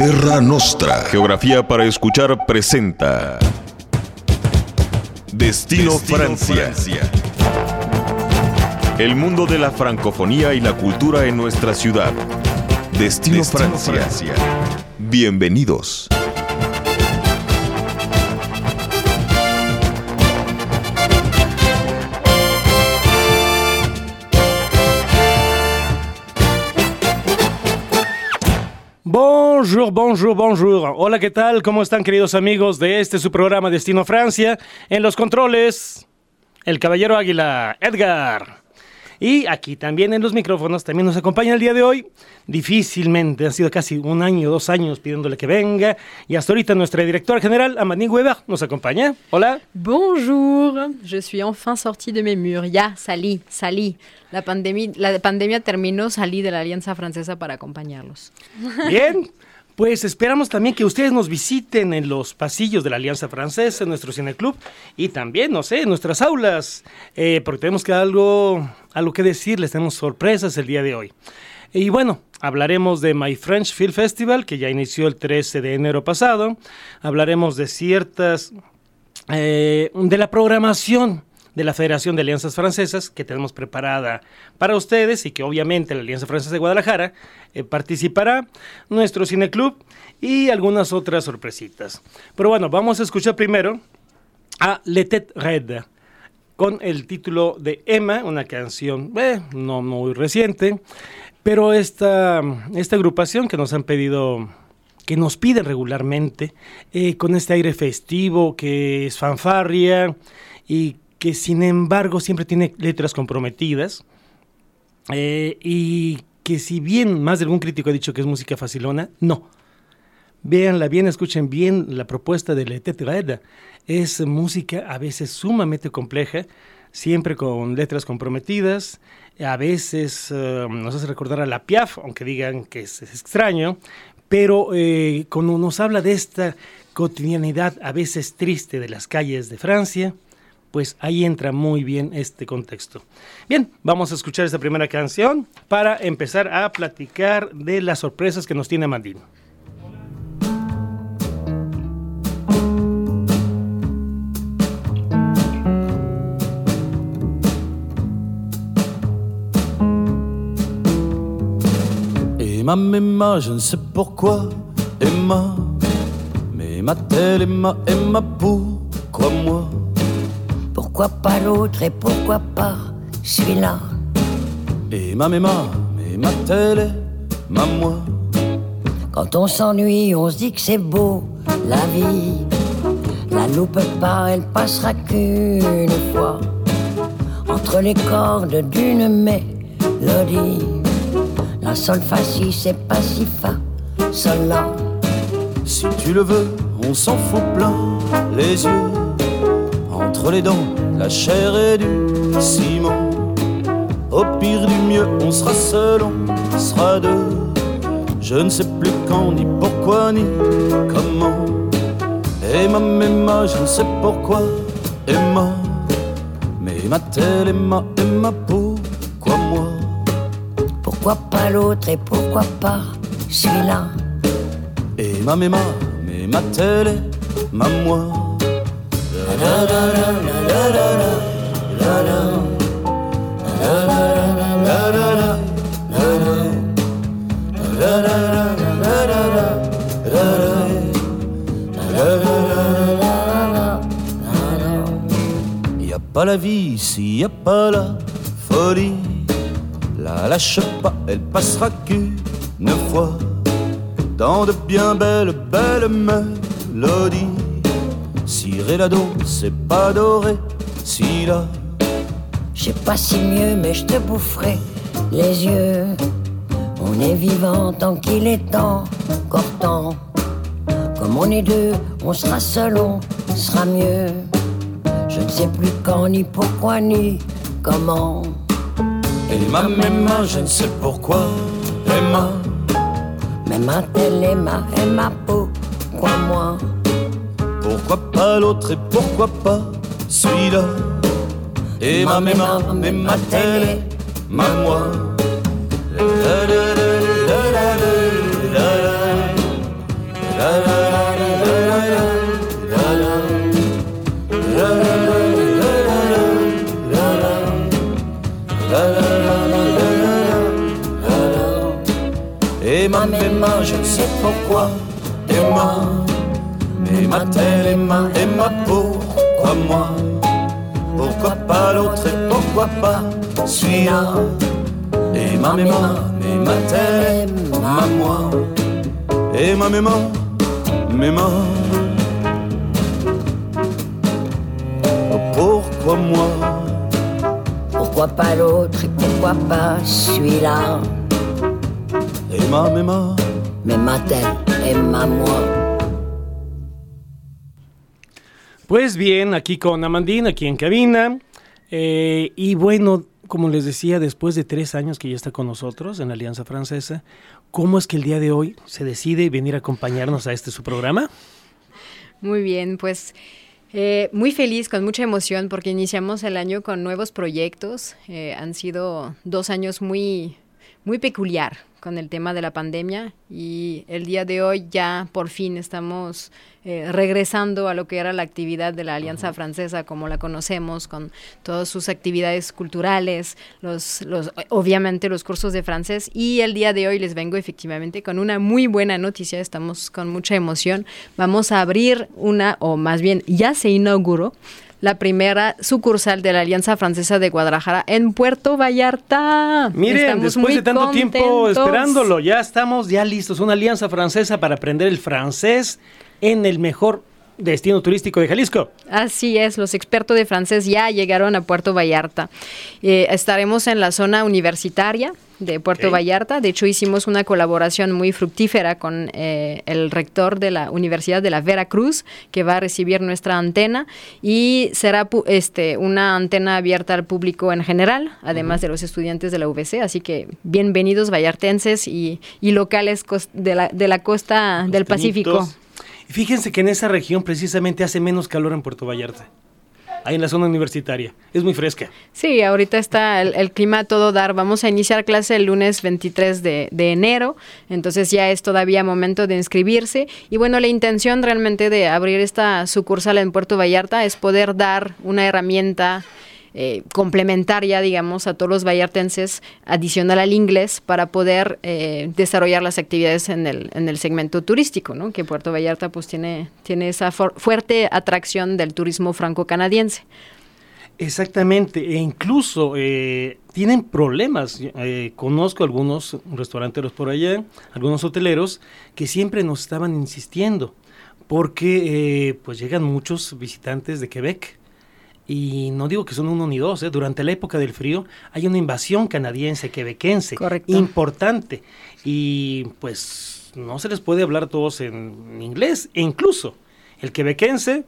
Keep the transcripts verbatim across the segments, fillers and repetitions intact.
Terra Nostra. Geografía para escuchar presenta Destino, Destino Francia. Francia. El mundo de la francofonía y la cultura en nuestra ciudad. Destino, Destino Francia. Francia. Bienvenidos. Bonjour, bonjour, bonjour. Hola, ¿qué tal? ¿Cómo están, queridos amigos de este su programa Destino Francia? En los controles, el caballero águila, Edgar. Y aquí también en los micrófonos también nos acompaña el día de hoy. Difícilmente, han sido casi un año, dos años pidiéndole que venga. Y hasta ahorita nuestra directora general, Amandine Weber, nos acompaña. Hola. Bonjour, je suis enfin sortie de mes murs. Ya, salí, salí. La pandemia, la pandemia terminó, salí de la Alianza Francesa para acompañarlos. Bien. Pues esperamos también que ustedes nos visiten en los pasillos de la Alianza Francesa, en nuestro cineclub y también, no sé, en nuestras aulas, eh, porque tenemos que algo, algo que decirles, tenemos sorpresas el día de hoy. Y bueno, hablaremos de My French Film Festival, que ya inició el trece de enero pasado, hablaremos de ciertas, eh, de la programación de la Federación de Alianzas Francesas que tenemos preparada para ustedes y que obviamente la Alianza Francesa de Guadalajara eh, participará, nuestro cineclub y algunas otras sorpresitas. Pero bueno, vamos a escuchar primero a Le Tête Red con el título de Emma, una canción eh, no muy reciente, pero esta, esta agrupación que nos han pedido, que nos piden regularmente, eh, con este aire festivo que es fanfarria y que sin embargo siempre tiene letras comprometidas eh, y que si bien más de algún crítico ha dicho que es música facilona, no. Véanla bien, escuchen bien la propuesta de Le Tête Red. Es música a veces sumamente compleja, siempre con letras comprometidas, a veces uh, nos hace recordar a la Piaf, aunque digan que es, es extraño, pero eh, cuando nos habla de esta cotidianidad a veces triste de las calles de Francia, pues ahí entra muy bien este contexto. Bien, vamos a escuchar esta primera canción para empezar a platicar de las sorpresas que nos tiene Amandine. Emma, Emma, je ne sais pourquoi, Emma, mais Emma-t-elle, Emma, Emma, pourquoi moi? Pourquoi pas l'autre et pourquoi pas celui-là? Emma, Emma, Emma-t-elle, Emma, moi? Quand on s'ennuie, on se dit que c'est beau, la vie. La loupe pas, elle passera qu'une fois entre les cordes d'une mélodie. La sol fa si, c'est pas si fa, sol la. Si tu le veux, on s'en fout plein les yeux. Entre les dents, la chair et du ciment. Au pire du mieux, on sera seul, on sera deux. Je ne sais plus quand, ni pourquoi, ni comment. Emma, Emma, je ne sais pourquoi, Emma. Mais Emma-t-elle, Emma, Emma, pourquoi moi? Pourquoi pas l'autre et pourquoi pas celui-là? Emma, Emma, mais Emma-t-elle, Emma, moi? Y a pas la vie s'il y a pas la folie. La lâche pas, elle passera qu'une fois dans de bien belles, belles mélodies. Si ré la do, c'est pas doré, si la. Je sais pas si mieux, mais je te boufferai les yeux. On est vivant tant qu'il est encore temps. Comme on est deux, on sera seul, on sera mieux. Je ne sais plus quand, ni pourquoi, ni comment. Emma, Emma, je ne sais pourquoi, Emma. M'aima-t-elle, Emma, Emma, pourquoi moi? Pourquoi pas l'autre et pourquoi pas celui-là? Emma, Emma, Emma-t-elle, Emma, moi? Emma, Emma, je ne sais pourquoi. Emma, Emma-t-elle, Emma, Emma, pourquoi moi? Pourquoi pas l'autre et pourquoi pas celui-là? Emma, Emma, Emma-t-elle, Emma, moi? Emma, Emma, Emma. Pourquoi moi? Pourquoi pas l'autre et pourquoi pas celui-là? Emma, Emma. M'aima-t-elle, Emma, moi. Pues bien, aquí con Amandine, aquí en cabina. Eh, y bueno, como les decía, después de tres años que ya está con nosotros en la Alianza Francesa, ¿cómo es que el día de hoy se decide venir a acompañarnos a este su programa? Muy bien, pues eh, muy feliz, con mucha emoción, porque iniciamos el año con nuevos proyectos. Eh, han sido dos años muy, muy peculiar con el tema de la pandemia, y el día de hoy ya por fin estamos eh, regresando a lo que era la actividad de la Alianza Francesa como la conocemos, con todas sus actividades culturales, los, los, obviamente los cursos de francés, y el día de hoy les vengo efectivamente con una muy buena noticia. Estamos con mucha emoción. Vamos a abrir una, o más bien ya se inauguró, la primera sucursal de la Alianza Francesa de Guadalajara en Puerto Vallarta. Miren, estamos después muy de tanto contentos. tiempo esperándolo, ya estamos ya listos. Una Alianza Francesa para aprender el francés en el mejor destino turístico de Jalisco. Así es, los expertos de francés ya llegaron a Puerto Vallarta. Eh, estaremos en la zona universitaria de Puerto okay. Vallarta. De hecho, hicimos una colaboración muy fructífera con eh, el rector de la Universidad de la Veracruz, que va a recibir nuestra antena, y será este, una antena abierta al público en general, además uh-huh. de los estudiantes de la U V C. Así que bienvenidos vallartenses y, y locales de la, de la costa los del Pacífico. Fíjense que en esa región precisamente hace menos calor en Puerto Vallarta, ahí en la zona universitaria. Es muy fresca. Sí, ahorita está el, el clima a todo dar. Vamos a iniciar clase el lunes veintitrés de enero, entonces ya es todavía momento de inscribirse. Y bueno, la intención realmente de abrir esta sucursal en Puerto Vallarta es poder dar una herramienta Eh, complementaria, digamos, a todos los vallartenses, adicional al inglés, para poder eh, desarrollar las actividades en el, en el segmento turístico, ¿no? Que Puerto Vallarta pues tiene, tiene esa for- fuerte atracción del turismo franco-canadiense. Exactamente, e incluso eh, tienen problemas. Eh, conozco algunos restauranteros por allá, algunos hoteleros, que siempre nos estaban insistiendo, porque eh, pues llegan muchos visitantes de Quebec. Y no digo que son uno ni dos, ¿eh? Durante la época del frío hay una invasión canadiense, quebequense, Correcto. importante. Y pues no se les puede hablar a todos en inglés. E incluso el quebequense,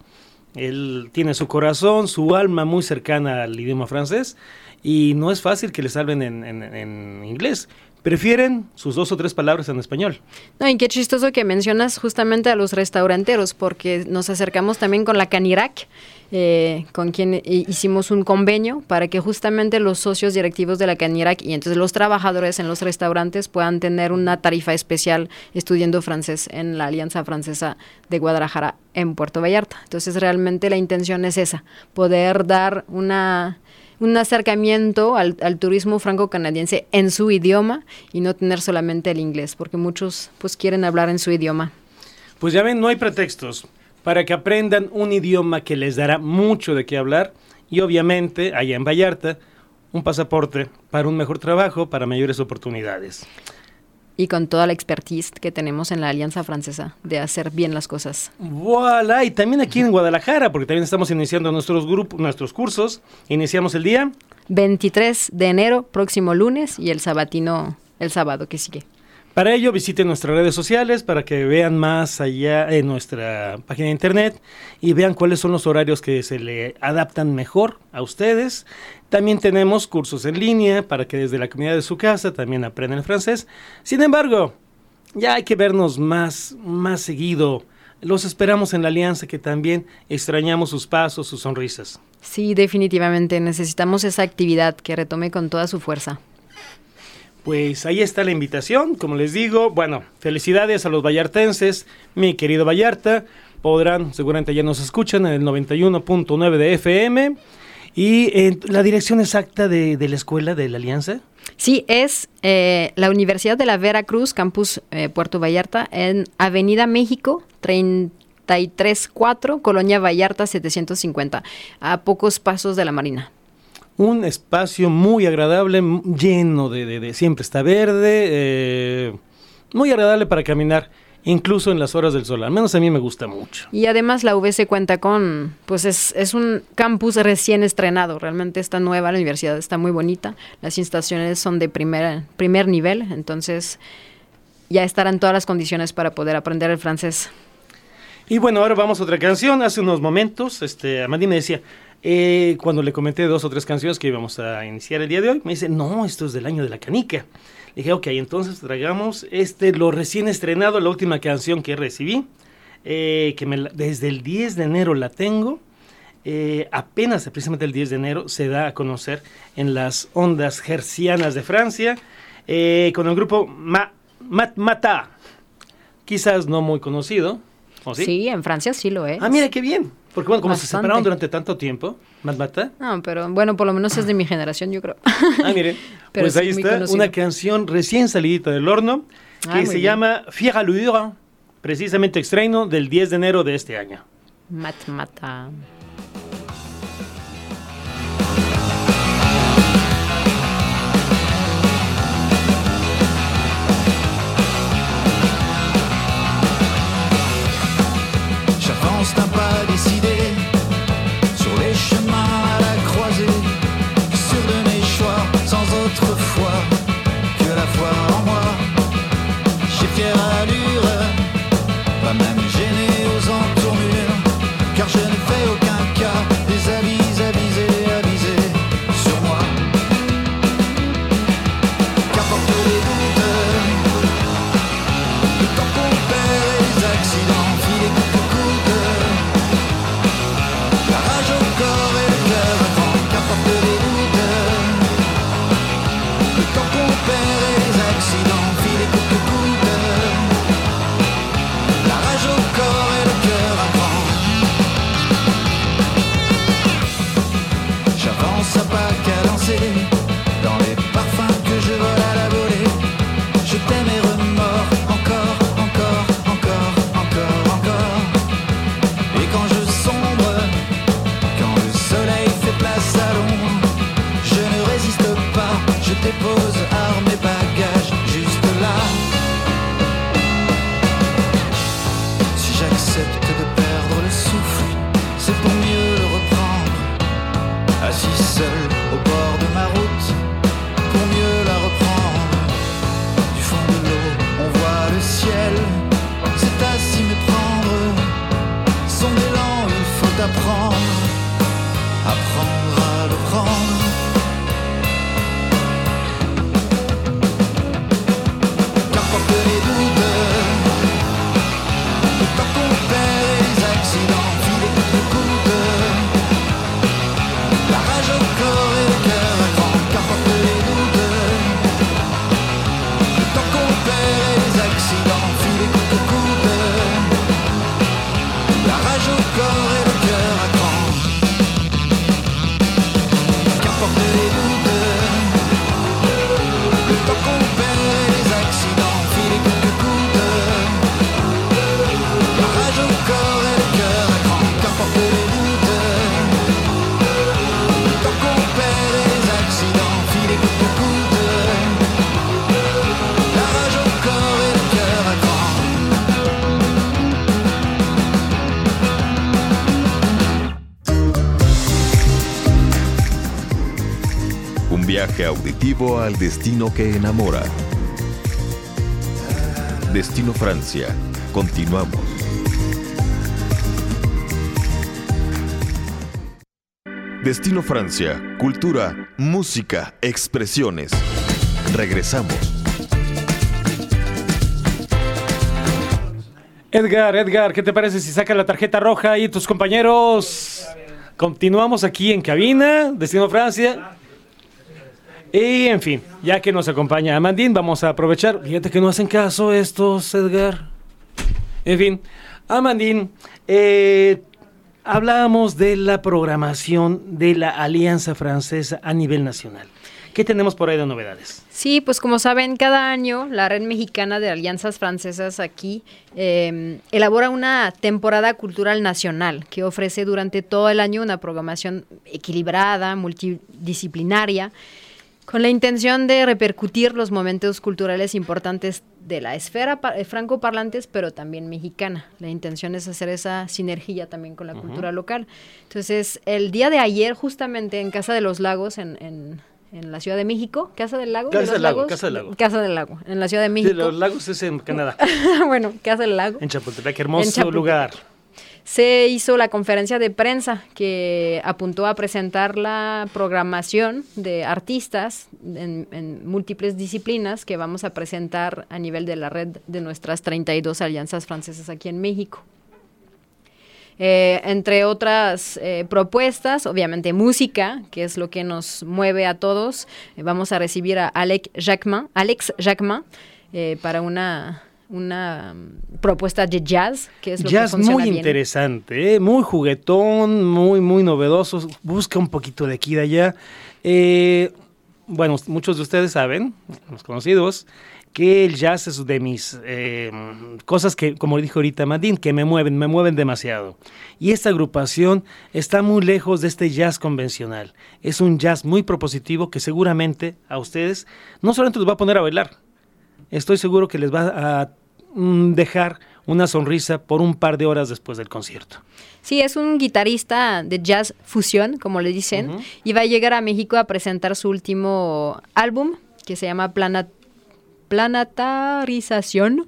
él tiene su corazón, su alma muy cercana al idioma francés, y no es fácil que les hablen en, en, en inglés. Prefieren sus dos o tres palabras en español. No, y qué chistoso que mencionas justamente a los restauranteros, porque nos acercamos también con la Canirac, eh, con quien hicimos un convenio para que justamente los socios directivos de la Canirac y entonces los trabajadores en los restaurantes puedan tener una tarifa especial estudiando francés en la Alianza Francesa de Guadalajara en Puerto Vallarta. Entonces realmente la intención es esa, poder dar una... un acercamiento al, al turismo franco-canadiense en su idioma y no tener solamente el inglés, porque muchos pues quieren hablar en su idioma. Pues ya ven, no hay pretextos para que aprendan un idioma que les dará mucho de qué hablar, y obviamente, allá en Vallarta, un pasaporte para un mejor trabajo, para mayores oportunidades. Y con toda la expertise que tenemos en la Alianza Francesa de hacer bien las cosas. ¡Voilà! Y también aquí en Guadalajara, porque también estamos iniciando nuestros grupos, nuestros cursos. Iniciamos el día veintitrés de enero, próximo lunes, y el sabatino el sábado que sigue. Para ello, visiten nuestras redes sociales para que vean más allá en nuestra página de internet y vean cuáles son los horarios que se le adaptan mejor a ustedes. También tenemos cursos en línea para que desde la comunidad de su casa también aprendan el francés. Sin embargo, ya hay que vernos más, más seguido. Los esperamos en la Alianza, que también extrañamos sus pasos, sus sonrisas. Sí, definitivamente. Necesitamos esa actividad que retome con toda su fuerza. Pues ahí está la invitación, como les digo. Bueno, felicidades a los vallartenses, mi querido Vallarta. Podrán, seguramente ya nos escuchan en el noventa y uno punto nueve de F M. ¿Y eh, la dirección exacta de, de la escuela de la Alianza? Sí, es eh, la Universidad de la Veracruz, Campus eh, Puerto Vallarta, en Avenida México, treinta y tres cuatro, Colonia Vallarta setecientos cincuenta, a pocos pasos de la Marina. Un espacio muy agradable, lleno de, de, de siempre está verde, eh, muy agradable para caminar, incluso en las horas del sol. Al menos a mí me gusta mucho. Y además la U B C cuenta con, pues es, es un campus recién estrenado, realmente está nueva, la universidad está muy bonita, las instalaciones son de primer, primer nivel, entonces ya estarán todas las condiciones para poder aprender el francés. Y bueno, ahora vamos a otra canción. Hace unos momentos, este, Amandine me decía, eh, cuando le comenté dos o tres canciones que íbamos a iniciar el día de hoy, me dice, no, esto es del año de la canica. Le dije, ok, entonces traigamos este, lo recién estrenado, la última canción que recibí, eh, que me la, desde el diez de enero la tengo, eh, apenas precisamente el diez de enero se da a conocer en las ondas hertzianas de Francia, eh, con el grupo Ma, Mat Mata, quizás no muy conocido. ¿O sí? Sí, en Francia sí lo es. Ah, mira, qué bien. Porque bueno, como Bastante. se separaron durante tanto tiempo, Matmata. No, pero bueno, por lo menos es de mi generación, yo creo. Ah, miren, Pero pues sí, ahí muy está, conocido. una canción recién salidita del horno, que Ah, muy se bien. llama Fier à l'Ure, precisamente estreno del diez de enero de este año. Mat Mata. J'avance d'un pas décidé sur les chemins à la croisée, sûr de mes choix, sans autre foi que la foi en moi. J'ai fière allure, pas même gêné aux entournures, car je ne fais aucun cas des avis avisés, avisés sur moi. Qu'importe les doutes, le temps qu'on perd et les accidents, filés coûte que coûte. La rage au corps et le cœur à vent, qu'importe les doutes. Le temps qu'on perd et les accidents, filés coûte que coûte. La rage au corps et le cœur à vent. J'avance à pas cadencés dans les parfums que je vole à la volée. Je t'aime mes remords encore, encore, encore, encore, encore. Et quand je sombre, quand le soleil fait place à l'ombre, je ne résiste pas, je dépose armes et bagages juste là. Si j'accepte de perdre le souffle, c'est pour mieux le reprendre. Assis seul au bord de ma route, pour mieux la reprendre. Du fond de l'eau, on voit le ciel, c'est à s'y méprendre. Son élan, il faut apprendre, apprendre à le prendre. Qu'importe les doutes, le temps qu'on perd et les accidents, filés coûte que coûte. La rage au corps et le cœur à grand, qu'importe les doutes. Le temps qu'on perd et les accidents, filés coûte que coûte. La rage au corps et le cœur à grand. Qu'importe les doutes. Le temps qu'on perd et les accidents, filés coûte que coûte. La rage au corps et le cœur à grand, qu'importe les doutes. Le temps qu'on perd et les accidents, filés coûte que coûte. La rage au corps et le cœur à grand. Un viaje auditivo al destino que enamora. Destino Francia. Continuamos. Destino Francia. Cultura, música, expresiones. Regresamos. Edgar, Edgar, ¿qué te parece si saca la tarjeta roja y tus compañeros? Continuamos aquí en cabina, Destino Francia. Y en fin, ya que nos acompaña Amandine, vamos a aprovechar. Fíjate que no hacen caso estos, Edgar. En fin, Amandine, eh, hablábamos de la programación de la Alianza Francesa a nivel nacional. ¿Qué tenemos por ahí de novedades? Sí, pues como saben, cada año la Red Mexicana de Alianzas Francesas aquí eh, elabora una temporada cultural nacional que ofrece durante todo el año una programación equilibrada, multidisciplinaria, con la intención de repercutir los momentos culturales importantes de la esfera pa- francoparlantes, pero también mexicana. La intención es hacer esa sinergia también con la uh-huh. cultura local. Entonces, el día de ayer, justamente en Casa de los Lagos, en, en, en la Ciudad de México, ¿Casa del Lago? Casa ¿De del Lago, Lagos? Casa del Lago. Casa del Lago, en la Ciudad de México. Sí, los lagos es en Canadá. Bueno, Casa del Lago. En Chapultepec, hermoso En Chapultepec. lugar. Se hizo la conferencia de prensa que apuntó a presentar la programación de artistas en, en múltiples disciplinas que vamos a presentar a nivel de la red de nuestras treinta y dos alianzas francesas aquí en México. Eh, entre otras eh, propuestas, obviamente música, que es lo que nos mueve a todos. Eh, vamos a recibir a Alex Jacquemin, Alex Jacquemin eh, para una... una um, propuesta de jazz, que es lo jazz que funciona muy bien. interesante, ¿eh? Muy juguetón, muy, muy novedoso, busca un poquito de aquí y de allá. Eh, bueno, muchos de ustedes saben, los conocidos, que el jazz es de mis eh, cosas que, como dijo ahorita Madín, que me mueven, me mueven demasiado. Y esta agrupación está muy lejos de este jazz convencional. Es un jazz muy propositivo que seguramente a ustedes no solamente los va a poner a bailar, estoy seguro que les va a mm, dejar una sonrisa por un par de horas después del concierto. Sí, es un guitarrista de jazz fusión, como le dicen, uh-huh. y va a llegar a México a presentar su último álbum, que se llama Planat- Planetarización.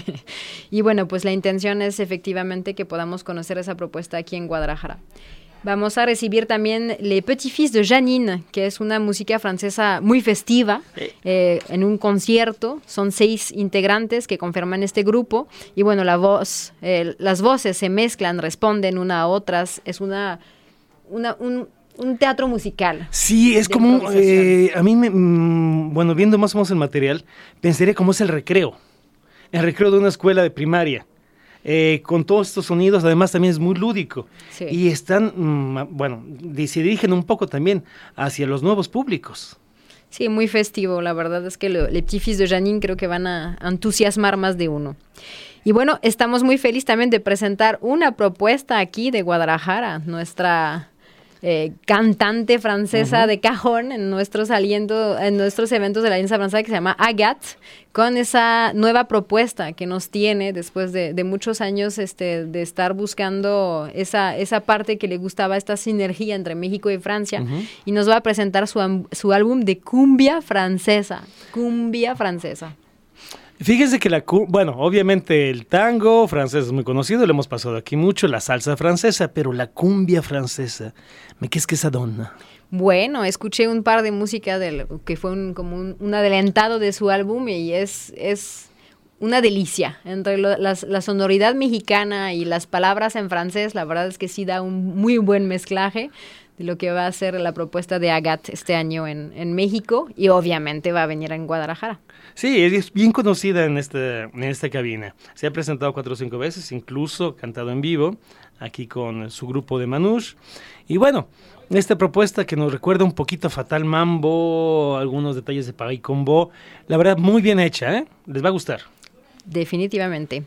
Y bueno, pues la intención es efectivamente que podamos conocer esa propuesta aquí en Guadalajara. Vamos a recibir también Les Petits-Fils de Janine, que es una música francesa muy festiva, eh, en un concierto. Son seis integrantes que conforman este grupo. Y bueno, la voz, eh, las voces se mezclan, responden una a otras. Es una, una un, un teatro musical. Sí, es como, eh, a mí, me, mm, bueno, viendo más o menos el material, pensaría cómo es el recreo. El recreo de una escuela de primaria. Eh, con todos estos sonidos, además también es muy lúdico. Sí. Y están, mmm, bueno, se dirigen un poco también hacia los nuevos públicos. Sí, muy festivo, la verdad es que lo, Les Petits-Fils de Janine creo que van a entusiasmar más de uno. Y bueno, estamos muy felices también de presentar una propuesta aquí de Guadalajara, nuestra... Eh, cantante francesa uh-huh. de cajón en nuestros aliento, en nuestros eventos de la Alianza Francesa, que se llama Agathe, con esa nueva propuesta que nos tiene después de, de muchos años este, de estar buscando esa, esa parte que le gustaba, esta sinergia entre México y Francia, uh-huh. y nos va a presentar su, su álbum de cumbia francesa, cumbia francesa. Fíjense que la, bueno, obviamente el tango francés es muy conocido, lo hemos pasado aquí mucho, la salsa francesa, pero la cumbia francesa, ¿me qué es que esa donna? Bueno, escuché un par de música del, que fue un, como un, un adelantado de su álbum y es, es una delicia. Entre lo, las, la sonoridad mexicana y las palabras en francés, la verdad es que sí da un muy buen mezclaje de lo que va a ser la propuesta de Agathe este año en, en México y obviamente va a venir en Guadalajara. Sí, es bien conocida en, este, en esta cabina. Se ha presentado cuatro o cinco veces, incluso cantado en vivo, aquí con su grupo de Manouche. Y bueno, esta propuesta que nos recuerda un poquito a Fatal Mambo, algunos detalles de Paris Combo, la verdad muy bien hecha, ¿eh? Les va a gustar. Definitivamente.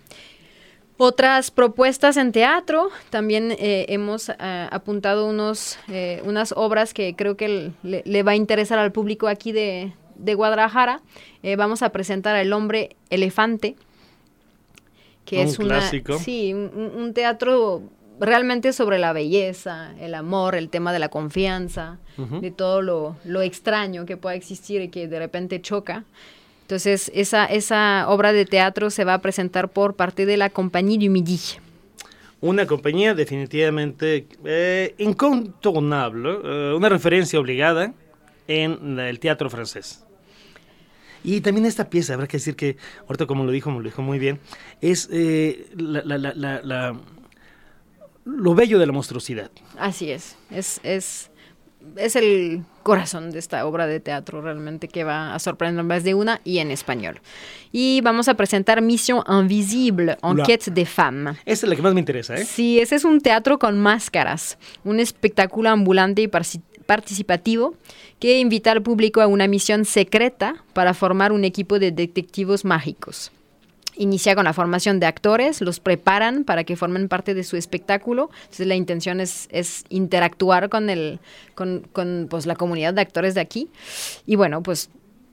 Otras propuestas en teatro, también eh, hemos uh, apuntado unos, eh, unas obras que creo que le, le va a interesar al público aquí de, de Guadalajara. Eh, vamos a presentar El Hombre Elefante, que un es una, clásico. Sí, un, un teatro realmente sobre la belleza, el amor, el tema de la confianza, uh-huh. de todo lo, lo extraño que pueda existir y que de repente choca. Entonces, esa, esa obra de teatro se va a presentar por parte de la Compagnie du Midi. Una compañía definitivamente eh, incontornable, eh, una referencia obligada en el teatro francés. Y también esta pieza, habrá que decir que, ahorita como lo dijo, me lo dijo muy bien, es eh, la, la, la, la, la, lo bello de la monstruosidad. Así es, es... es es el corazón de esta obra de teatro realmente que va a sorprender más de una y en español. Y vamos a presentar Mission Invisible, Enquête des Femmes. Esa es la que más me interesa, ¿eh? Sí, ese es un teatro con máscaras, un espectáculo ambulante y parci- participativo que invita al público a una misión secreta para formar un equipo de detectives mágicos. Inicia con la formación de actores, los preparan para que formen parte de su espectáculo. Entonces la intención es, es interactuar con, el, con, con pues, la comunidad de actores de aquí. Y bueno, pues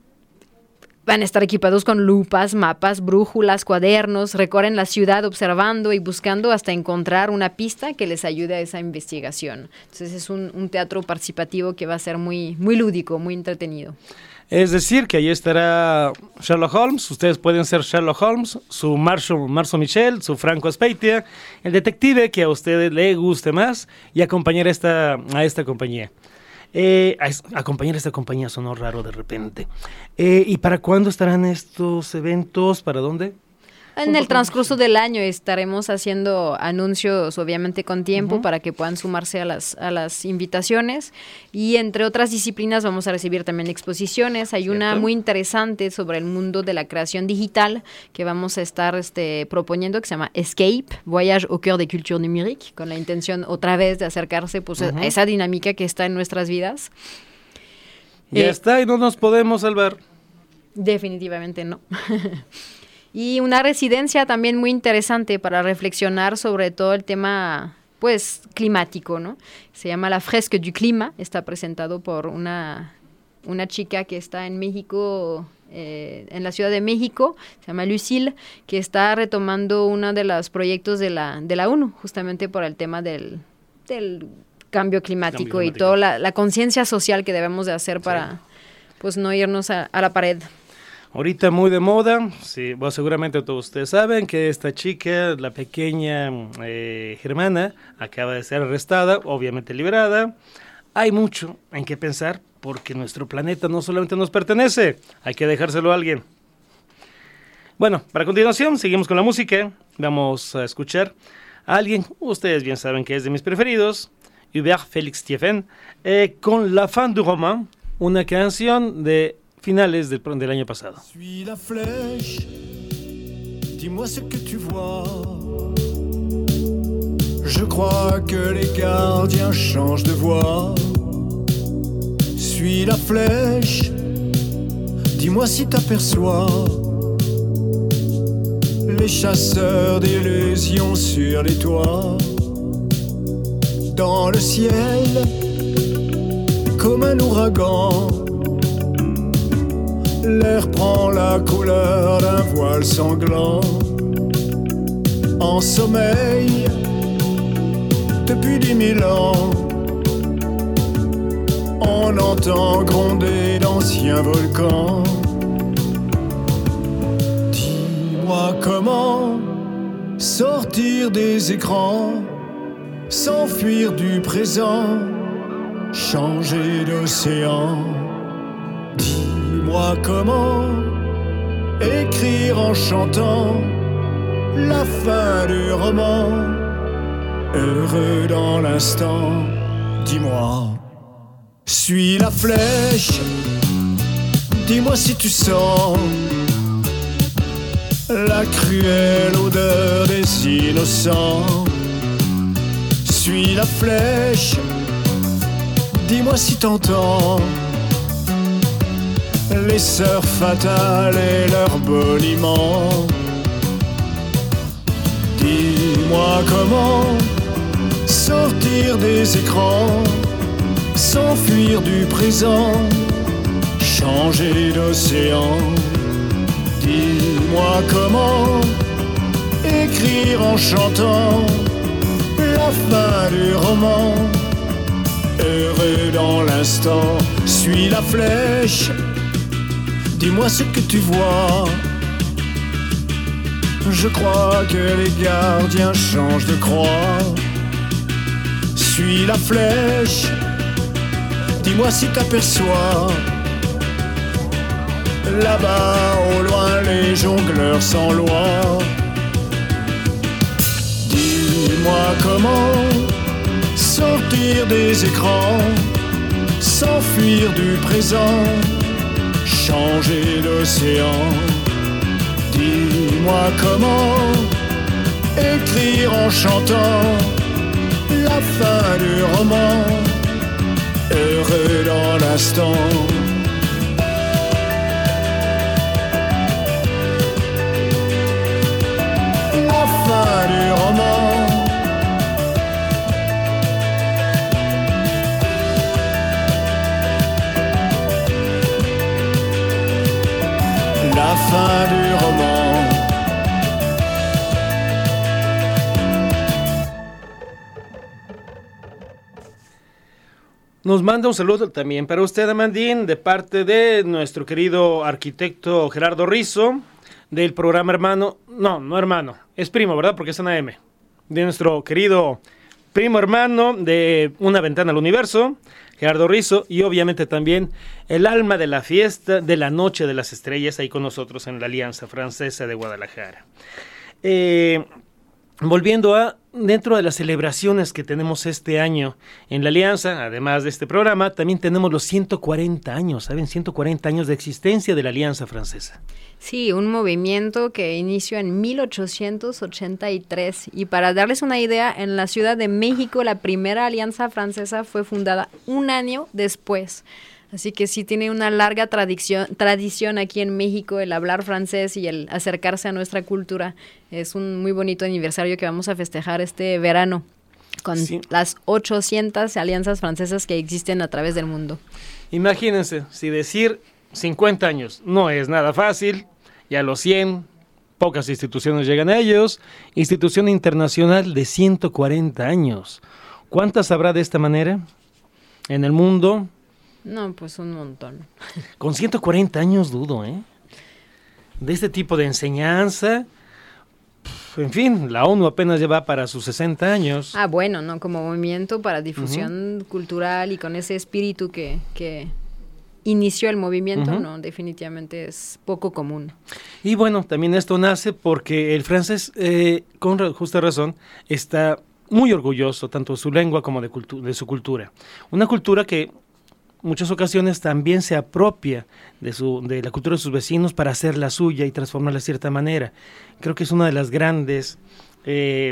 van a estar equipados con lupas, mapas, brújulas, cuadernos, recorren la ciudad observando y buscando hasta encontrar una pista que les ayude a esa investigación. Entonces es un, un teatro participativo que va a ser muy, muy lúdico, muy entretenido. Es decir, que ahí estará Sherlock Holmes, ustedes pueden ser Sherlock Holmes, su Marshall, Marceau Michel, su Franco Speitia, el detective que a usted le guste más y acompañar a esta, a esta compañía. Eh, a, acompañar a esta compañía sonó raro de repente. Eh, ¿Y para cuándo estarán estos eventos? ¿Para dónde? En el transcurso del año estaremos haciendo anuncios, obviamente con tiempo, uh-huh. para que puedan sumarse a las, a las invitaciones. Y entre otras disciplinas vamos a recibir también exposiciones. Hay ¿Cierto? Una muy interesante sobre el mundo de la creación digital que vamos a estar este, proponiendo, que se llama Escape, Voyage au cœur des cultures numériques, con la intención otra vez de acercarse pues, uh-huh. a esa dinámica que está en nuestras vidas. Ya eh, está, y no nos podemos salvar. Definitivamente no. Y una residencia también muy interesante para reflexionar sobre todo el tema, pues, climático, ¿no? Se llama La Fresque du Climat, está presentado por una, una chica que está en México, eh, en la Ciudad de México, se llama Lucille, que está retomando uno de los proyectos de la, de la ONU, justamente por el tema del, del cambio climático, cambio climático y toda la, la conciencia social que debemos de hacer para, sí. pues, no irnos a, a la pared. Ahorita muy de moda, sí, bueno, seguramente todos ustedes saben que esta chica, la pequeña eh, Germana, acaba de ser arrestada, obviamente liberada. Hay mucho en qué pensar porque nuestro planeta no solamente nos pertenece, hay que dejárselo a alguien. Bueno, para continuación seguimos con la música, vamos a escuchar a alguien, ustedes bien saben que es de mis preferidos, Hubert Félix Thiéfaine, eh, con La Fin du Roman, una canción de finales del, del año pasado. Suis la flèche, dis-moi ce que tu vois. Je crois que les gardiens changent de voix. Suis la flèche, dis-moi si t'aperçois les chasseurs d'illusions sur les toits. Dans le ciel, comme un ouragan, l'air prend la couleur d'un voile sanglant. En sommeil, depuis dix mille ans, on entend gronder d'anciens volcans. Dis-moi comment sortir des écrans, s'enfuir du présent, changer d'océan. Dis-moi comment écrire en chantant la fin du roman, heureux dans l'instant. Dis-moi, suis la flèche, dis-moi si tu sens la cruelle odeur des innocents. Suis la flèche, dis-moi si t'entends les sœurs fatales et leurs boniments. Dis-moi comment sortir des écrans, s'enfuir du présent, changer d'océan. Dis-moi comment écrire en chantant la fin du roman, heureux dans l'instant. Suis la flèche, dis-moi ce que tu vois. Je crois que les gardiens changent de croix. Suis la flèche, dis-moi si t'aperçois là-bas au loin les jongleurs sans loi. Dis-moi comment sortir des écrans, s'enfuir du présent, changer l'océan. Dis-moi comment écrire en chantant la fin du roman, heureux dans l'instant. La fin du roman. La fin du roman. Nos manda un saludo también para usted, Amandín, de parte de nuestro querido arquitecto Gerardo Rizzo, del programa hermano, no, no hermano, es primo, ¿verdad? Porque es una M, de nuestro querido primo hermano de Una Ventana al Universo, Gerardo Rizzo, y obviamente también el alma de la fiesta de la Noche de las Estrellas, ahí con nosotros en la Alianza Francesa de Guadalajara. Eh... Volviendo a, dentro de las celebraciones que tenemos este año en la Alianza, además de este programa, también tenemos los ciento cuarenta años, ¿saben? ciento cuarenta años de existencia de la Alianza Francesa. Sí, un movimiento que inició en mil ochocientos ochenta y tres. Y para darles una idea, en la Ciudad de México la primera Alianza Francesa fue fundada un año después. Así que sí tiene una larga tradición, tradición aquí en México el hablar francés y el acercarse a nuestra cultura. Es un muy bonito aniversario que vamos a festejar este verano con sí. las ochocientas alianzas francesas que existen a través del mundo. Imagínense, si decir cincuenta años no es nada fácil, ya a los cien, pocas instituciones llegan a ellos. Institución internacional de ciento cuarenta años. ¿Cuántas habrá de esta manera en el mundo? No, pues un montón. Con ciento cuarenta años dudo, ¿eh? De este tipo de enseñanza, en fin, la ONU apenas lleva para sus sesenta años. Ah, bueno, ¿no? Como movimiento para difusión uh-huh. cultural y con ese espíritu que, que inició el movimiento, uh-huh. no, definitivamente es poco común. Y bueno, también esto nace porque el francés, eh, con justa razón, está muy orgulloso tanto de su lengua como de, cultu- de su cultura. Una cultura que muchas ocasiones también se apropia de, su, de la cultura de sus vecinos para hacer la suya y transformarla de cierta manera. Creo que es una de las grandes, eh,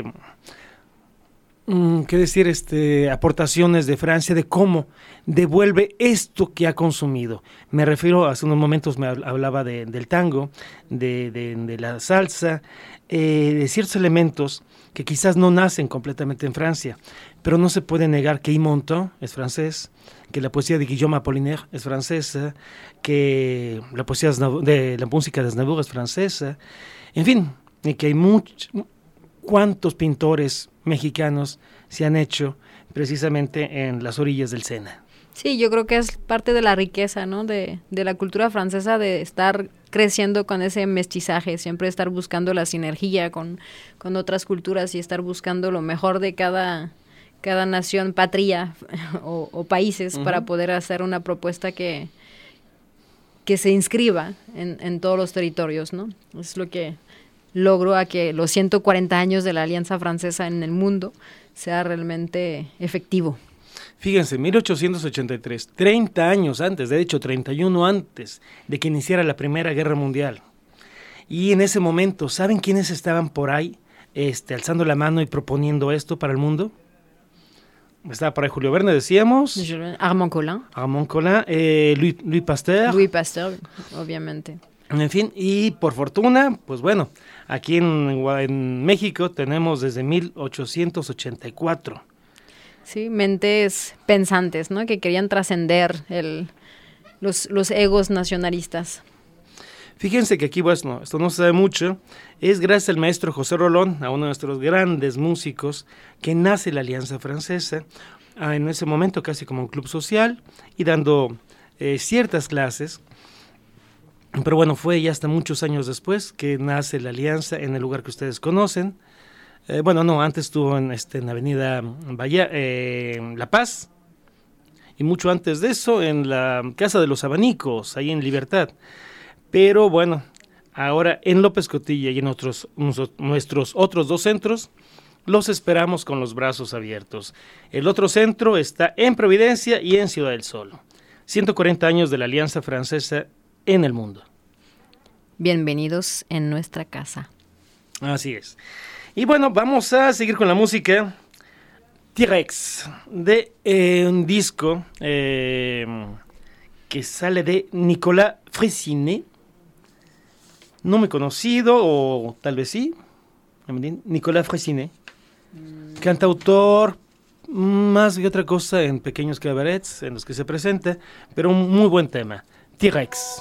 mm, ¿qué decir? Este, aportaciones de Francia de cómo devuelve esto que ha consumido. Me refiero, hace unos momentos me hablaba de, del tango, de, de, de la salsa, eh, de ciertos elementos que quizás no nacen completamente en Francia, pero no se puede negar que Yves Montand es francés, que la poesía de Guillaume Apollinaire es francesa, que la poesía de la música de Aznavour es francesa, en fin, y que hay muchos, cuántos pintores mexicanos se han hecho precisamente en las orillas del Sena. Sí, yo creo que es parte de la riqueza, ¿no? De, de la cultura francesa, de estar creciendo con ese mestizaje, siempre estar buscando la sinergia con, con otras culturas y estar buscando lo mejor de cada, cada nación, patria o, o países uh-huh. para poder hacer una propuesta que, que se inscriba en, en todos los territorios, ¿no? Es lo que logró a que los ciento cuarenta años de la Alianza Francesa en el mundo sea realmente efectivo. Fíjense, mil ochocientos ochenta y tres, treinta años antes, de hecho treinta y uno antes de que iniciara la Primera Guerra Mundial. Y en ese momento, ¿saben quiénes estaban por ahí este, alzando la mano y proponiendo esto para el mundo? Estaba por ahí Julio Verne, decíamos. Armand Collin. Armand Collin, eh, Louis, Louis Pasteur. Louis Pasteur, obviamente. En fin, y por fortuna, pues bueno, aquí en, en México tenemos desde mil ochocientos ochenta y cuatro. Sí, mentes pensantes, ¿no? Que querían trascender el, los, los egos nacionalistas. Fíjense que aquí, bueno, esto no se sabe mucho, es gracias al maestro José Rolón, a uno de nuestros grandes músicos, que nace la Alianza Francesa, en ese momento casi como un club social, y dando eh, ciertas clases. Pero bueno, fue ya hasta muchos años después que nace la Alianza en el lugar que ustedes conocen. Eh, bueno, no, antes estuvo en, este, en Avenida Bahía, eh, La Paz, y mucho antes de eso en la Casa de los Abanicos, ahí en Libertad. Pero bueno, ahora en López Cotilla y en otros, nuestros otros dos centros, los esperamos con los brazos abiertos. El otro centro está en Providencia y en Ciudad del Sol. ciento cuarenta años de la Alianza Francesa en el mundo. Bienvenidos en nuestra casa. Así es. Y bueno, vamos a seguir con la música. T-Rex, de eh, un disco eh, que sale de Nicolas Fraissinet, no muy conocido, o tal vez sí, Nicolas Fraissinet, mm. cantautor, más que otra cosa en pequeños cabarets en los que se presenta, pero un muy buen tema, T-Rex.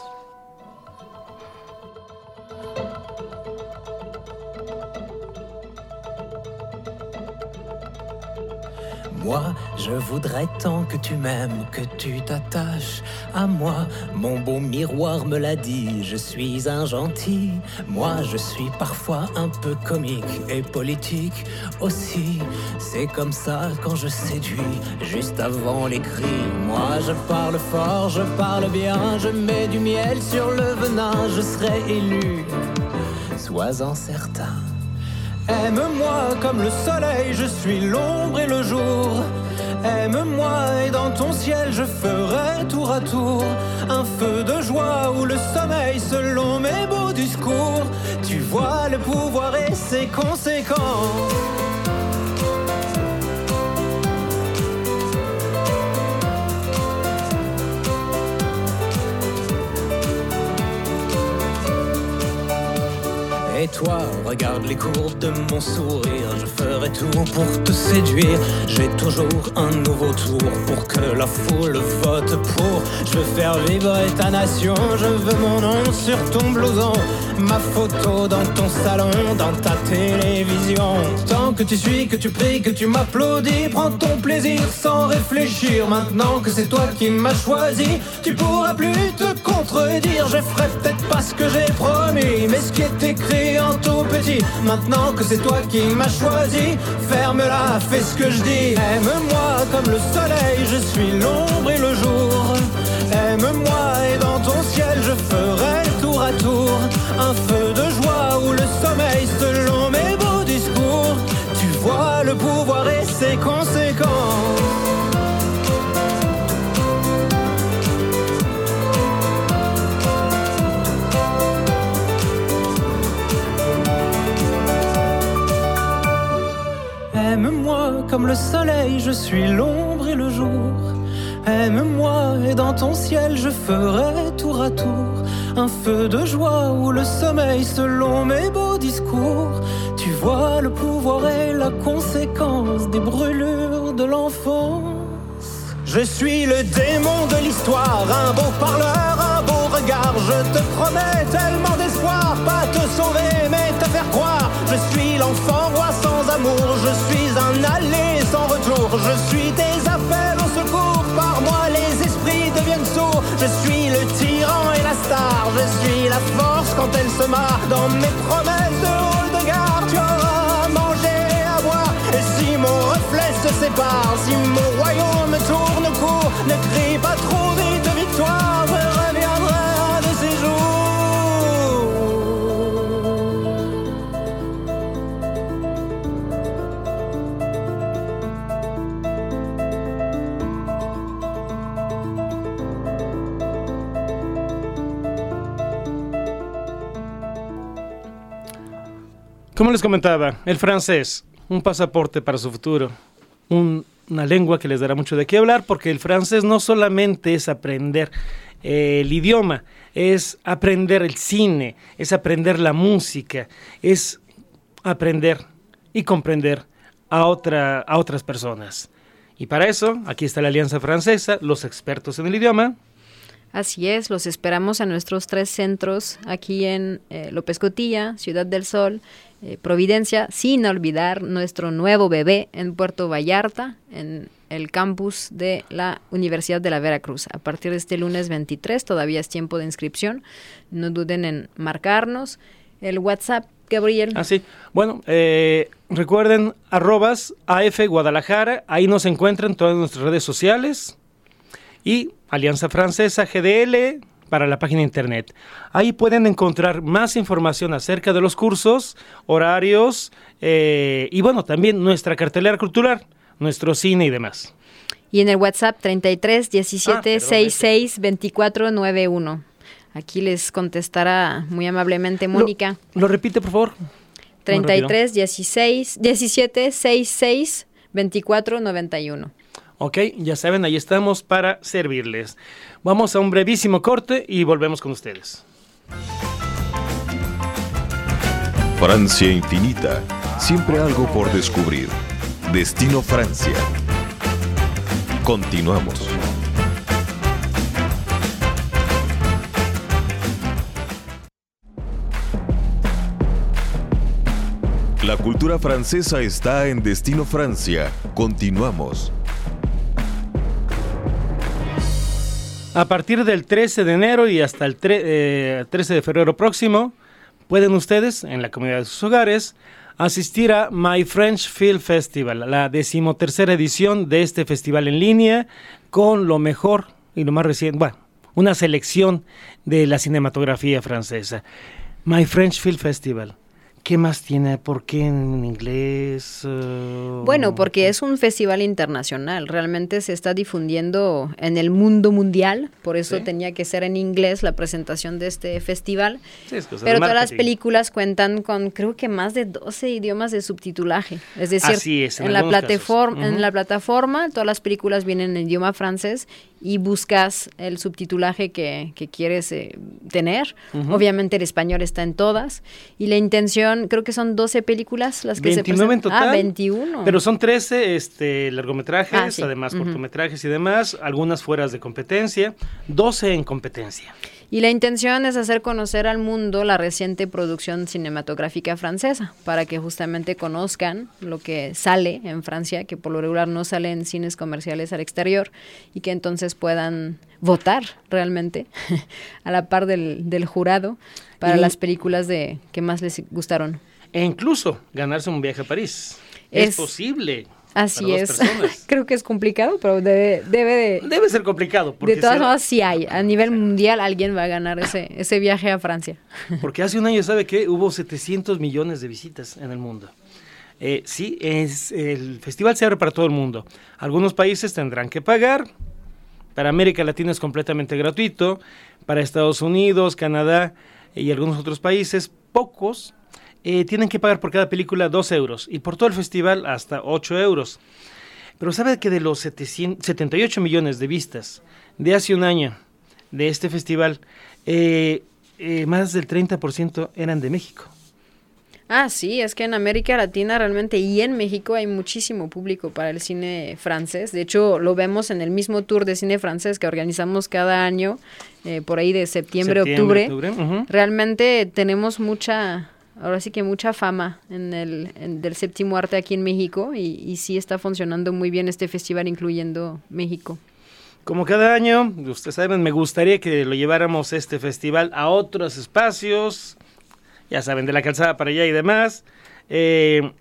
Moi, je voudrais tant que tu m'aimes, que tu t'attaches à moi. Mon beau miroir me l'a dit, je suis un gentil. Moi, je suis parfois un peu comique et politique aussi. C'est comme ça quand je séduis, juste avant les cris. Moi, je parle fort, je parle bien, je mets du miel sur le venin, je serai élu, sois-en certain. Aime-moi comme le soleil, je suis l'ombre et le jour. Aime-moi et dans ton ciel je ferai tour à tour un feu de joie ou le sommeil selon mes beaux discours. Tu vois le pouvoir et ses conséquences. Et toi, regarde les courbes de mon sourire. Je ferai tout pour te séduire. J'ai toujours un nouveau tour pour que la foule vote pour. Je veux faire vibrer ta nation. Je veux mon nom sur ton blouson, ma photo dans ton salon, dans ta télévision. Tant que tu suis, que tu pries, que tu m'applaudis, prends ton plaisir sans réfléchir. Maintenant que c'est toi qui m'as choisi, tu pourras plus te contredire. Je ferai peut-être pas ce que j'ai promis, mais ce qui est écrit en tout petit. Maintenant que c'est toi qui m'as choisi, ferme-la, fais ce que je dis. Aime-moi comme le soleil, je suis l'ombre et le jour. Aime-moi et dans ton ciel je ferai tour à tour un feu de joie ou le sommeil selon mes beaux discours. Tu vois le pouvoir et ses conséquences. Aime-moi comme le soleil, je suis l'ombre et le jour. Aime-moi et dans ton ciel je ferai tour à tour un feu de joie ou le sommeil selon mes beaux discours. Tu vois le pouvoir et la conséquence des brûlures de l'enfance. Je suis le démon de l'histoire, un beau parleur, un beau regard. Je te promets tellement d'espoir, pas te sauver mais te faire croire. Je suis l'enfant roi sans amour, je suis un aller sans retour. Je suis tes appels au secours, par moi les esprits deviennent sourds. Je suis le tyran et la star, je suis la force quand elle se marre. Dans mes promesses de hall de gare, tu auras à manger et à boire. Et si mon reflet se sépare, si mon royaume tourne court, ne crie pas trop vite victoire, je reviendrai un de ces jours. Como les comentaba, el francés, un pasaporte para su futuro, un, una lengua que les dará mucho de qué hablar, porque el francés no solamente es aprender eh, el idioma, es aprender el cine, es aprender la música, es aprender y comprender a, otra, a otras personas. Y para eso, aquí está la Alianza Francesa, los expertos en el idioma. Así es, los esperamos a nuestros tres centros aquí en eh, López Cotilla, Ciudad del Sol, eh, Providencia, sin olvidar nuestro nuevo bebé en Puerto Vallarta, en el campus de la Universidad de la Veracruz. A partir de este lunes veintitrés, todavía es tiempo de inscripción, no duden en marcarnos. El WhatsApp, Gabriel. Ah, sí. Bueno, eh, recuerden, arrobas A F Guadalajara, ahí nos encuentran todas nuestras redes sociales. Y Alianza Francesa G D L, para la página internet. Ahí pueden encontrar más información acerca de los cursos, horarios eh, y bueno, también nuestra cartelera cultural, nuestro cine y demás. Y en el WhatsApp treinta y tres diecisiete sesenta y seis veinticuatro noventa y uno. Aquí les contestará muy amablemente Mónica. ¿Lo, lo repite, por favor? treinta y tres dieciséis diecisiete sesenta y seis veinticuatro noventa y uno. Ok, ya saben, ahí estamos para servirles. Vamos a un brevísimo corte y volvemos con ustedes. Francia infinita, siempre algo por descubrir. Destino Francia. Continuamos. La cultura francesa está en Destino Francia. Continuamos. A partir del trece de enero y hasta el tre- eh, trece de febrero próximo, pueden ustedes, en la comunidad de sus hogares, asistir a My French Film Festival, la decimotercera edición de este festival en línea, con lo mejor y lo más reciente, bueno, una selección de la cinematografía francesa. My French Film Festival. ¿Qué más tiene? ¿Por qué en inglés? Uh... Bueno, porque es un festival internacional. Realmente se está difundiendo en el mundo mundial. Por eso ¿Sí? tenía que ser en inglés la presentación de este festival. Sí, es cosa Pero todas las películas cuentan con, creo que más de doce idiomas de subtitulaje. Es decir, Así es, en, en, la, plataforma, uh-huh. en la plataforma todas las películas vienen en idioma francés y buscas el subtitulaje que, que quieres eh, tener. Uh-huh. Obviamente el español está en todas. Y la intención, creo que son doce películas las que veintinueve se en total. Ah, veintiuno. Pero son trece este, largometrajes, ah, sí. además uh-huh. cortometrajes y demás, algunas fueras de competencia, doce en competencia. Y la intención es hacer conocer al mundo la reciente producción cinematográfica francesa, para que justamente conozcan lo que sale en Francia, que por lo regular no sale en cines comerciales al exterior, y que entonces puedan votar realmente a la par del, del jurado para y, las películas de que más les gustaron. E incluso ganarse un viaje a París. Es, es posible. Así es. Creo que es complicado, pero debe debe de... Debe ser complicado. Porque de todas formas, sí hay. A nivel mundial, alguien va a ganar ese, ese viaje a Francia. Porque hace un año, ¿sabe qué? Hubo setecientos millones de visitas en el mundo. Eh, sí, es, el festival se abre para todo el mundo. Algunos países tendrán que pagar. Para América Latina es completamente gratuito. Para Estados Unidos, Canadá y algunos otros países, pocos, Eh, tienen que pagar por cada película dos euros y por todo el festival hasta ocho euros. Pero ¿sabe que de los setecientos, setenta y ocho millones de vistas de hace un año de este festival, eh, eh, más del treinta por ciento eran de México? Ah, sí, es que en América Latina realmente y en México hay muchísimo público para el cine francés. De hecho, lo vemos en el mismo tour de cine francés que organizamos cada año, eh, por ahí de septiembre, septiembre octubre. octubre. Uh-huh. Realmente tenemos mucha... Ahora sí que mucha fama en el en, del séptimo arte aquí en México y, y sí está funcionando muy bien este festival, incluyendo México. Como cada año, ustedes saben, me gustaría que lo lleváramos este festival a otros espacios, ya saben, de la calzada para allá y demás, eh,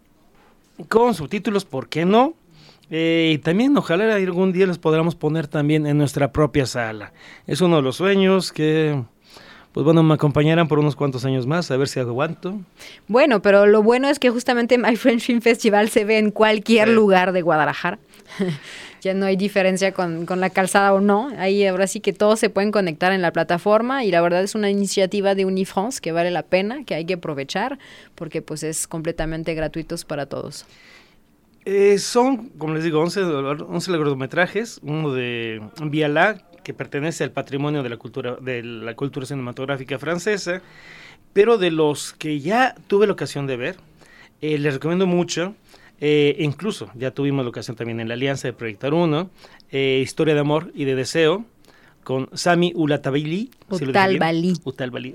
con subtítulos, ¿por qué no? Eh, y también ojalá algún día los podamos poner también en nuestra propia sala. Es uno de los sueños que... Pues bueno, me acompañarán por unos cuantos años más, a ver si aguanto. Bueno, pero lo bueno es que justamente My French Film Festival se ve en cualquier sí. lugar de Guadalajara. Ya no hay diferencia con, con la calzada o no. Ahí ahora sí que todos se pueden conectar en la plataforma y la verdad es una iniciativa de Unifrance que vale la pena, que hay que aprovechar porque pues es completamente gratuitos para todos. Eh, son, como les digo, once, once largometrajes, uno de Viala, que pertenece al patrimonio de la cultura de la cultura cinematográfica francesa, pero de los que ya tuve la ocasión de ver, eh, les recomiendo mucho, eh, incluso ya tuvimos la ocasión también en la Alianza de Proyectar Uno, eh, Historia de Amor y de Deseo, con Sami Ulatabali. Utalbali. Si Utalbali.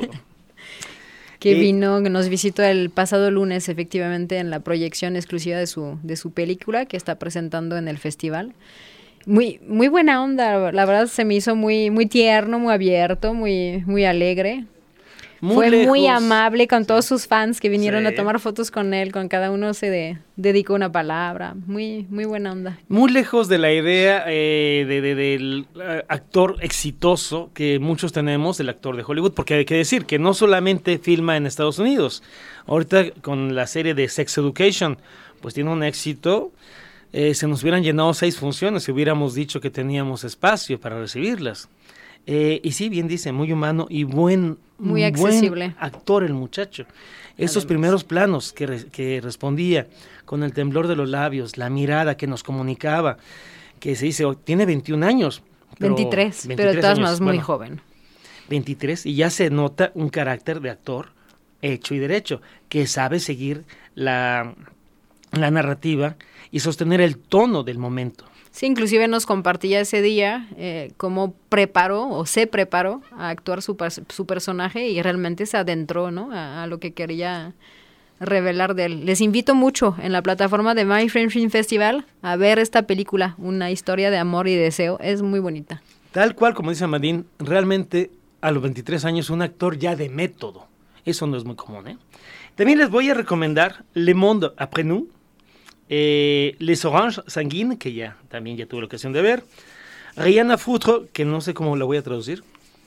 que vino, que nos visitó el pasado lunes, efectivamente, en la proyección exclusiva de su, de su película, que está presentando en el festival. Muy muy buena onda, la verdad se me hizo muy muy tierno, muy abierto, muy muy alegre. Muy Fue lejos. muy amable con todos sus fans que vinieron Sí. a tomar fotos con él, con cada uno se de- dedicó una palabra. Muy, muy buena onda. Muy lejos de la idea eh, de, de- del eh, actor exitoso que muchos tenemos, el actor de Hollywood, porque hay que decir que no solamente filma en Estados Unidos. Ahorita con la serie de Sex Education, pues tiene un éxito. Eh, se nos hubieran llenado seis funciones si hubiéramos dicho que teníamos espacio para recibirlas. Eh, y sí, bien dice, muy humano y buen, Muy accesible. buen actor el muchacho. Esos Además. primeros planos que, re- que respondía con el temblor de los labios, la mirada que nos comunicaba, que se dice, oh, tiene veintiún años. pero- veintitrés, pero de veintitrés todas años, maneras muy bueno, joven. veintitrés, y ya se nota un carácter de actor hecho y derecho, que sabe seguir la, la narrativa y sostener el tono del momento. Sí, inclusive nos compartía ese día eh, cómo preparó o se preparó a actuar su, pas- su personaje y realmente se adentró, ¿no? a, a lo que quería revelar de él. Les invito mucho en la plataforma de My Friend Film Festival a ver esta película, una historia de amor y deseo. Es muy bonita. Tal cual, como dice Amadín, realmente a los veintitrés años un actor ya de método. Eso no es muy común, ¿eh? También les voy a recomendar Le Monde Après Nous, eh, Les Oranges Sanguines, que ya también ya tuve la ocasión de ver, Rien à foutre, que no sé cómo la voy a traducir.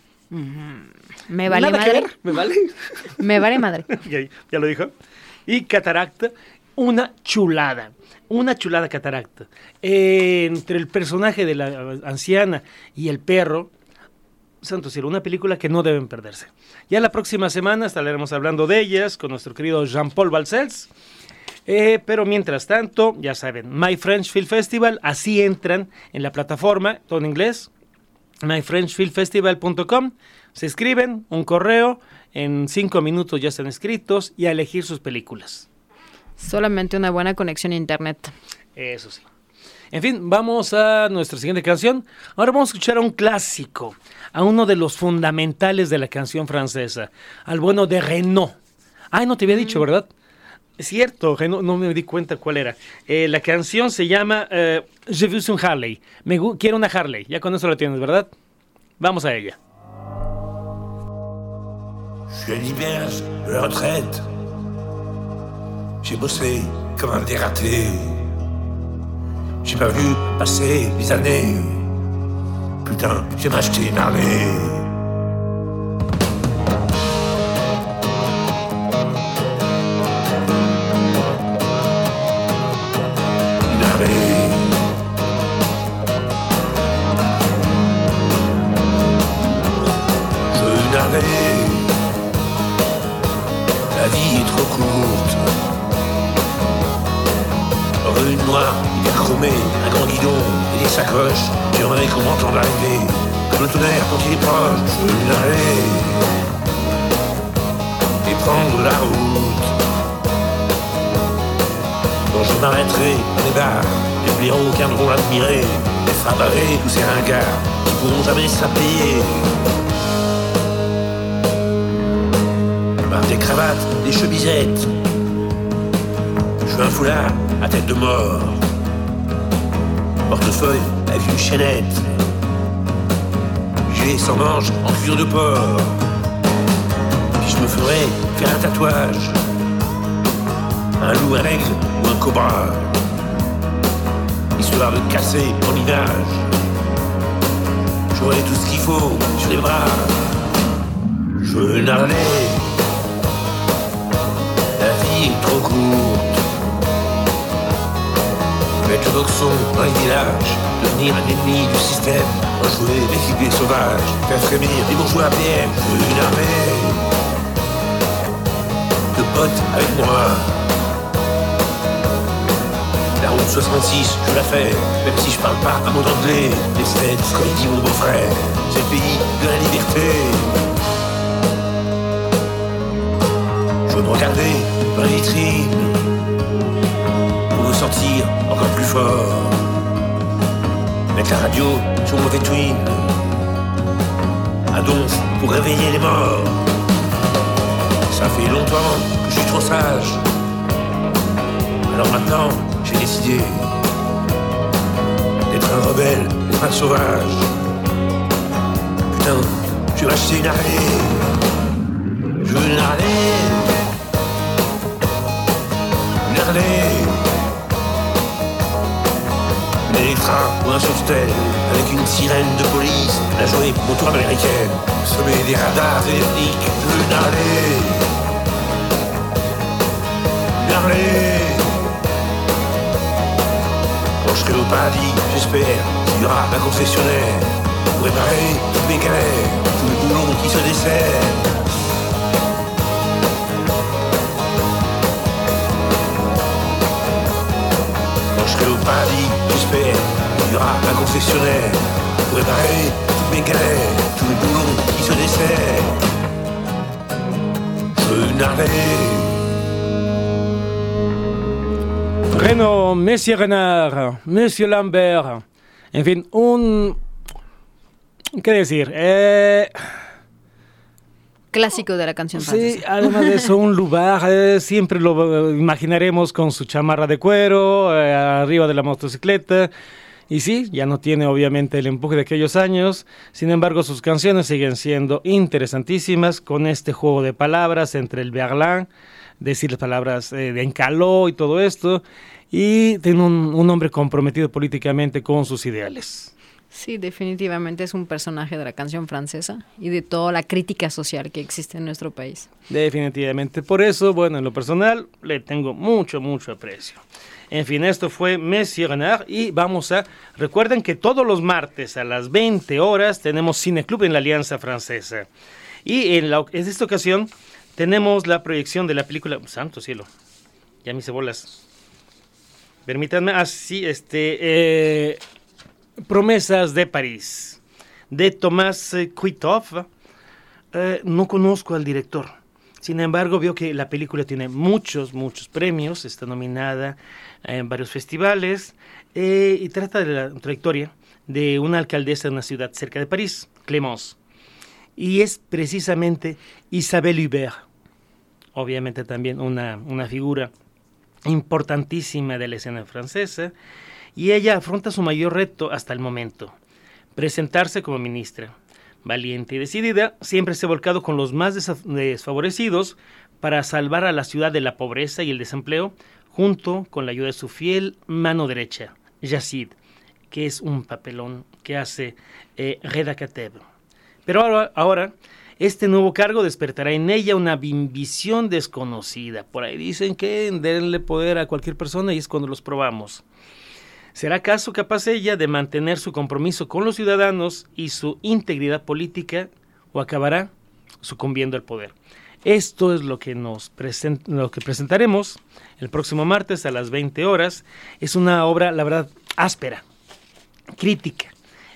Me vale Nada que madre. ver, me vale. Me vale madre. ya, ya lo dijo. Y Cataracta, una chulada, una chulada Cataracta. Eh, entre el personaje de la anciana y el perro, santo cielo, una película que no deben perderse. Ya la próxima semana estaremos hablando de ellas con nuestro querido Jean-Paul Balcells. Eh, pero mientras tanto, ya saben, My French Film Festival, así entran en la plataforma, todo en inglés, my french film festival punto com, se escriben un correo, en cinco minutos ya están escritos y a elegir sus películas. Solamente una buena conexión a internet. Eso sí. En fin, vamos a nuestra siguiente canción. Ahora vamos a escuchar a un clásico, a uno de los fundamentales de la canción francesa, al bueno de Renaud. Ay, no te había dicho, ¿verdad? Es cierto, Renaud, no me di cuenta cuál era. Eh, la canción se llama eh, Je veux un Harley. Me gu- quiero una Harley. Ya con eso lo tienes, ¿verdad? Vamos a ella. Je suis à l'hiver de la retraite. J'ai bossé comme un dératé. J'ai pas vu passer les années. Putain, j'ai m'acheté une Harley. Une Harley. Je veux une Harley. La vie est trop courte. Rue noire, hyper chromé, un grand guidon et des sacoches. J'aimerais qu'on m'entende arriver. Comme le tonnerre quand il est proche, je veux une Harley. Et prendre la route. Quand je m'arrêterai dans les bars, les blaireaux viendront l'admirer. Les frappes avec tous ces ringards qui pourront jamais se la payer. Des cravates, des chemisettes. Je veux un foulard à tête de mort. Portefeuille avec une chaînette. Gilet sans manche en cuir de porc. Puis je me ferai faire un tatouage. Un loup, un aigle ou un cobra. Histoire de casser mon image. J'aurai tout ce qu'il faut sur les bras. Je veux une Harley. La vie est trop courte. Mettre le boxon dans les villages, devenir un ennemi du système, rejouer l'équipe des sauvages, faire frémir les bourgeois P M, je veux une armée de potes avec moi. La route soixante-six, je la fais, même si je parle pas un mot d'anglais. Les States, comme dit mon beau-frère, c'est le pays de la liberté. Je veux me regarder dans la vitrine pour me sentir encore plus fort. Mettre la radio sur mon V-Twin, un donf pour réveiller les morts. Ça fait longtemps que je suis trop sage. Alors maintenant, j'ai décidé d'être un rebelle, d'être un sauvage. Putain, je vais acheter une Harley. Je train ou un sauvetel, avec une sirène de police, la journée pour tour américaine, au sommet des radars téléphoniques, je veux narler, narler. Quand je serai au paradis, j'espère qu'il y aura un concessionnaire pour réparer tous mes galères, tous les boulons qui se desserrent. Quand je serai au paradis, j'espère qu'il y aura un concessionnaire pour réparer toutes mes galères, tous les boulons qui se desserrent. Je veux narrer. Reno, Monsieur Renard, Monsieur Lambert, en fin, un... ¿Qué decir? Eh... Clásico de la canción francesa. Sí, además de eso, un lugar, eh, siempre lo eh, imaginaremos con su chamarra de cuero, eh, arriba de la motocicleta. Y sí, ya no tiene obviamente el empuje de aquellos años, sin embargo sus canciones siguen siendo interesantísimas con este juego de palabras entre el verlan, decir las palabras eh, de encaló y todo esto, y tiene un, un hombre comprometido políticamente con sus ideales. Sí, definitivamente es un personaje de la canción francesa y de toda la crítica social que existe en nuestro país. Definitivamente, por eso, bueno, en lo personal le tengo mucho, mucho aprecio. En fin, esto fue Monsieur Renard y vamos a... Recuerden que todos los martes a las veinte horas tenemos Cineclub en la Alianza Francesa. Y en, la, en esta ocasión tenemos la proyección de la película... ¡Santo cielo! Ya me hice bolas. Permítanme, así, este... Eh, Promesas de París, de Tomás Kuitov. Eh, no conozco al director. Sin embargo, veo que la película tiene muchos, muchos premios. Está nominada en varios festivales. Eh, y trata de la trayectoria de una alcaldesa de una ciudad cerca de París, Clémence. Y es precisamente Isabelle Huppert. Obviamente también una, una figura importantísima de la escena francesa. Y ella afronta su mayor reto hasta el momento, presentarse como ministra. Valiente y decidida, siempre se ha volcado con los más desfavorecidos para salvar a la ciudad de la pobreza y el desempleo, junto con la ayuda de su fiel mano derecha, Yacide, que es un papelón que hace eh, Reda Kateb. Pero ahora, ahora, este nuevo cargo despertará en ella una ambición desconocida. Por ahí dicen que denle poder a cualquier persona y es cuando los probamos. ¿Será acaso capaz ella de mantener su compromiso con los ciudadanos y su integridad política o acabará sucumbiendo al poder? Esto es lo que nos present- lo que presentaremos el próximo martes a las veinte horas. Es una obra, la verdad, áspera, crítica,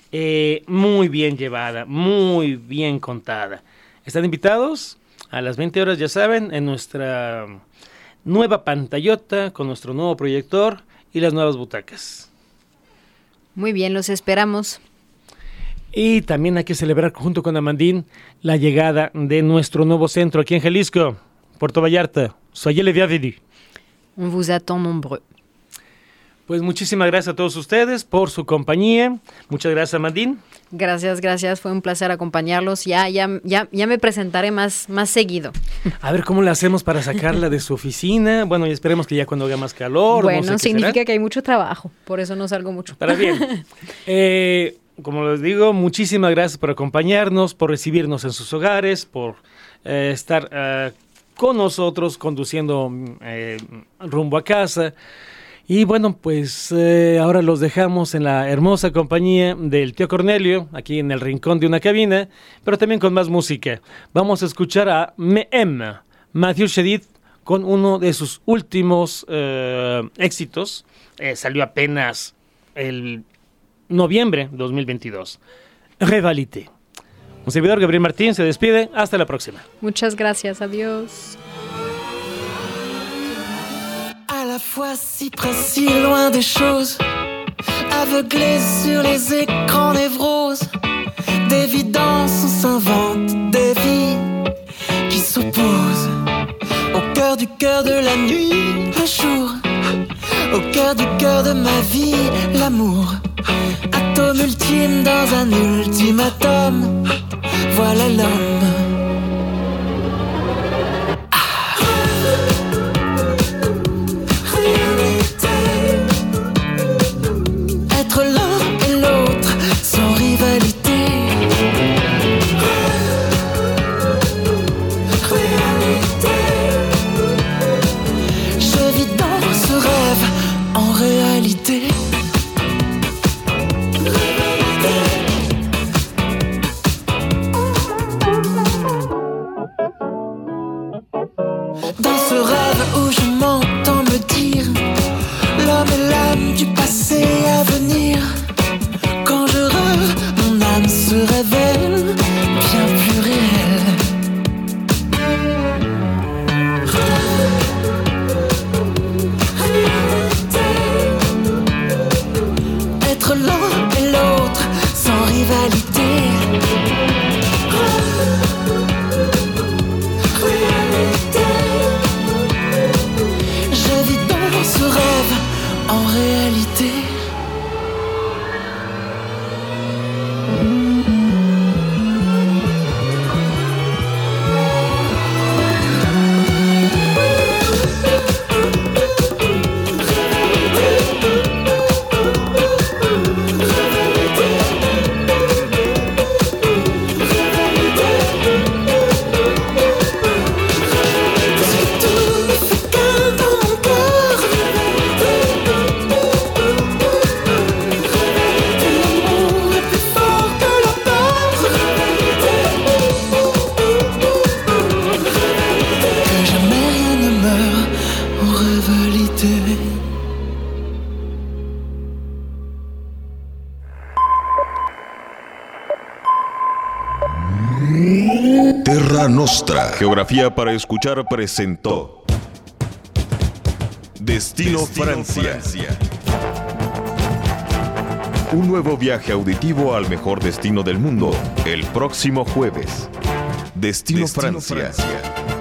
eh, muy bien llevada, muy bien contada. Están invitados a las veinte horas, ya saben, en nuestra nueva pantallota con nuestro nuevo proyector y las nuevas butacas. Muy bien, los esperamos. Y también hay que celebrar junto con Amandine la llegada de nuestro nuevo centro aquí en Jalisco, Puerto Vallarta. Soyez les bienvenus. On vous attend nombreux. Pues muchísimas gracias a todos ustedes por su compañía. Muchas gracias, Amandine. Gracias, gracias. Fue un placer acompañarlos. Ya, ya, ya, ya me presentaré más, más seguido. A ver cómo le hacemos para sacarla de su oficina. Bueno, y esperemos que ya cuando haga más calor. Bueno, no sé significa será. que hay mucho trabajo. Por eso no salgo mucho. Para bien. Eh, como les digo, muchísimas gracias por acompañarnos, por recibirnos en sus hogares, por eh, estar uh, con nosotros conduciendo eh, rumbo a casa. Y bueno, pues eh, ahora los dejamos en la hermosa compañía del tío Cornelio, aquí en el rincón de una cabina, pero también con más música. Vamos a escuchar a Me Aime, Mathieu Chédid, con uno de sus últimos eh, éxitos. Eh, salió apenas el noviembre de dos mil veintidós. Rivalité. Un servidor, Gabriel Martín, se despide. Hasta la próxima. Muchas gracias. Adiós. À la fois si près, si loin des choses, aveuglé sur les écrans névroses, d'évidence on s'invente des vies qui s'opposent. Au cœur du cœur de la nuit, le jour, au cœur du cœur de ma vie, l'amour. Atome ultime dans un ultimatum, voilà l'homme. Être l'homme Dans ce rêve où je m'entends me dire l'homme et l'âme du passé à venir. Quand je rêve, mon âme se révèle bien plus réelle. Être l'un et l'autre sans rivalité. Je vis dans ce rêve en réalité. Terra Nostra. Geografía para escuchar presentó Destino, Destino Francia. Francia. Un nuevo viaje auditivo al mejor destino del mundo el próximo jueves. Destino, Destino Francia. Francia.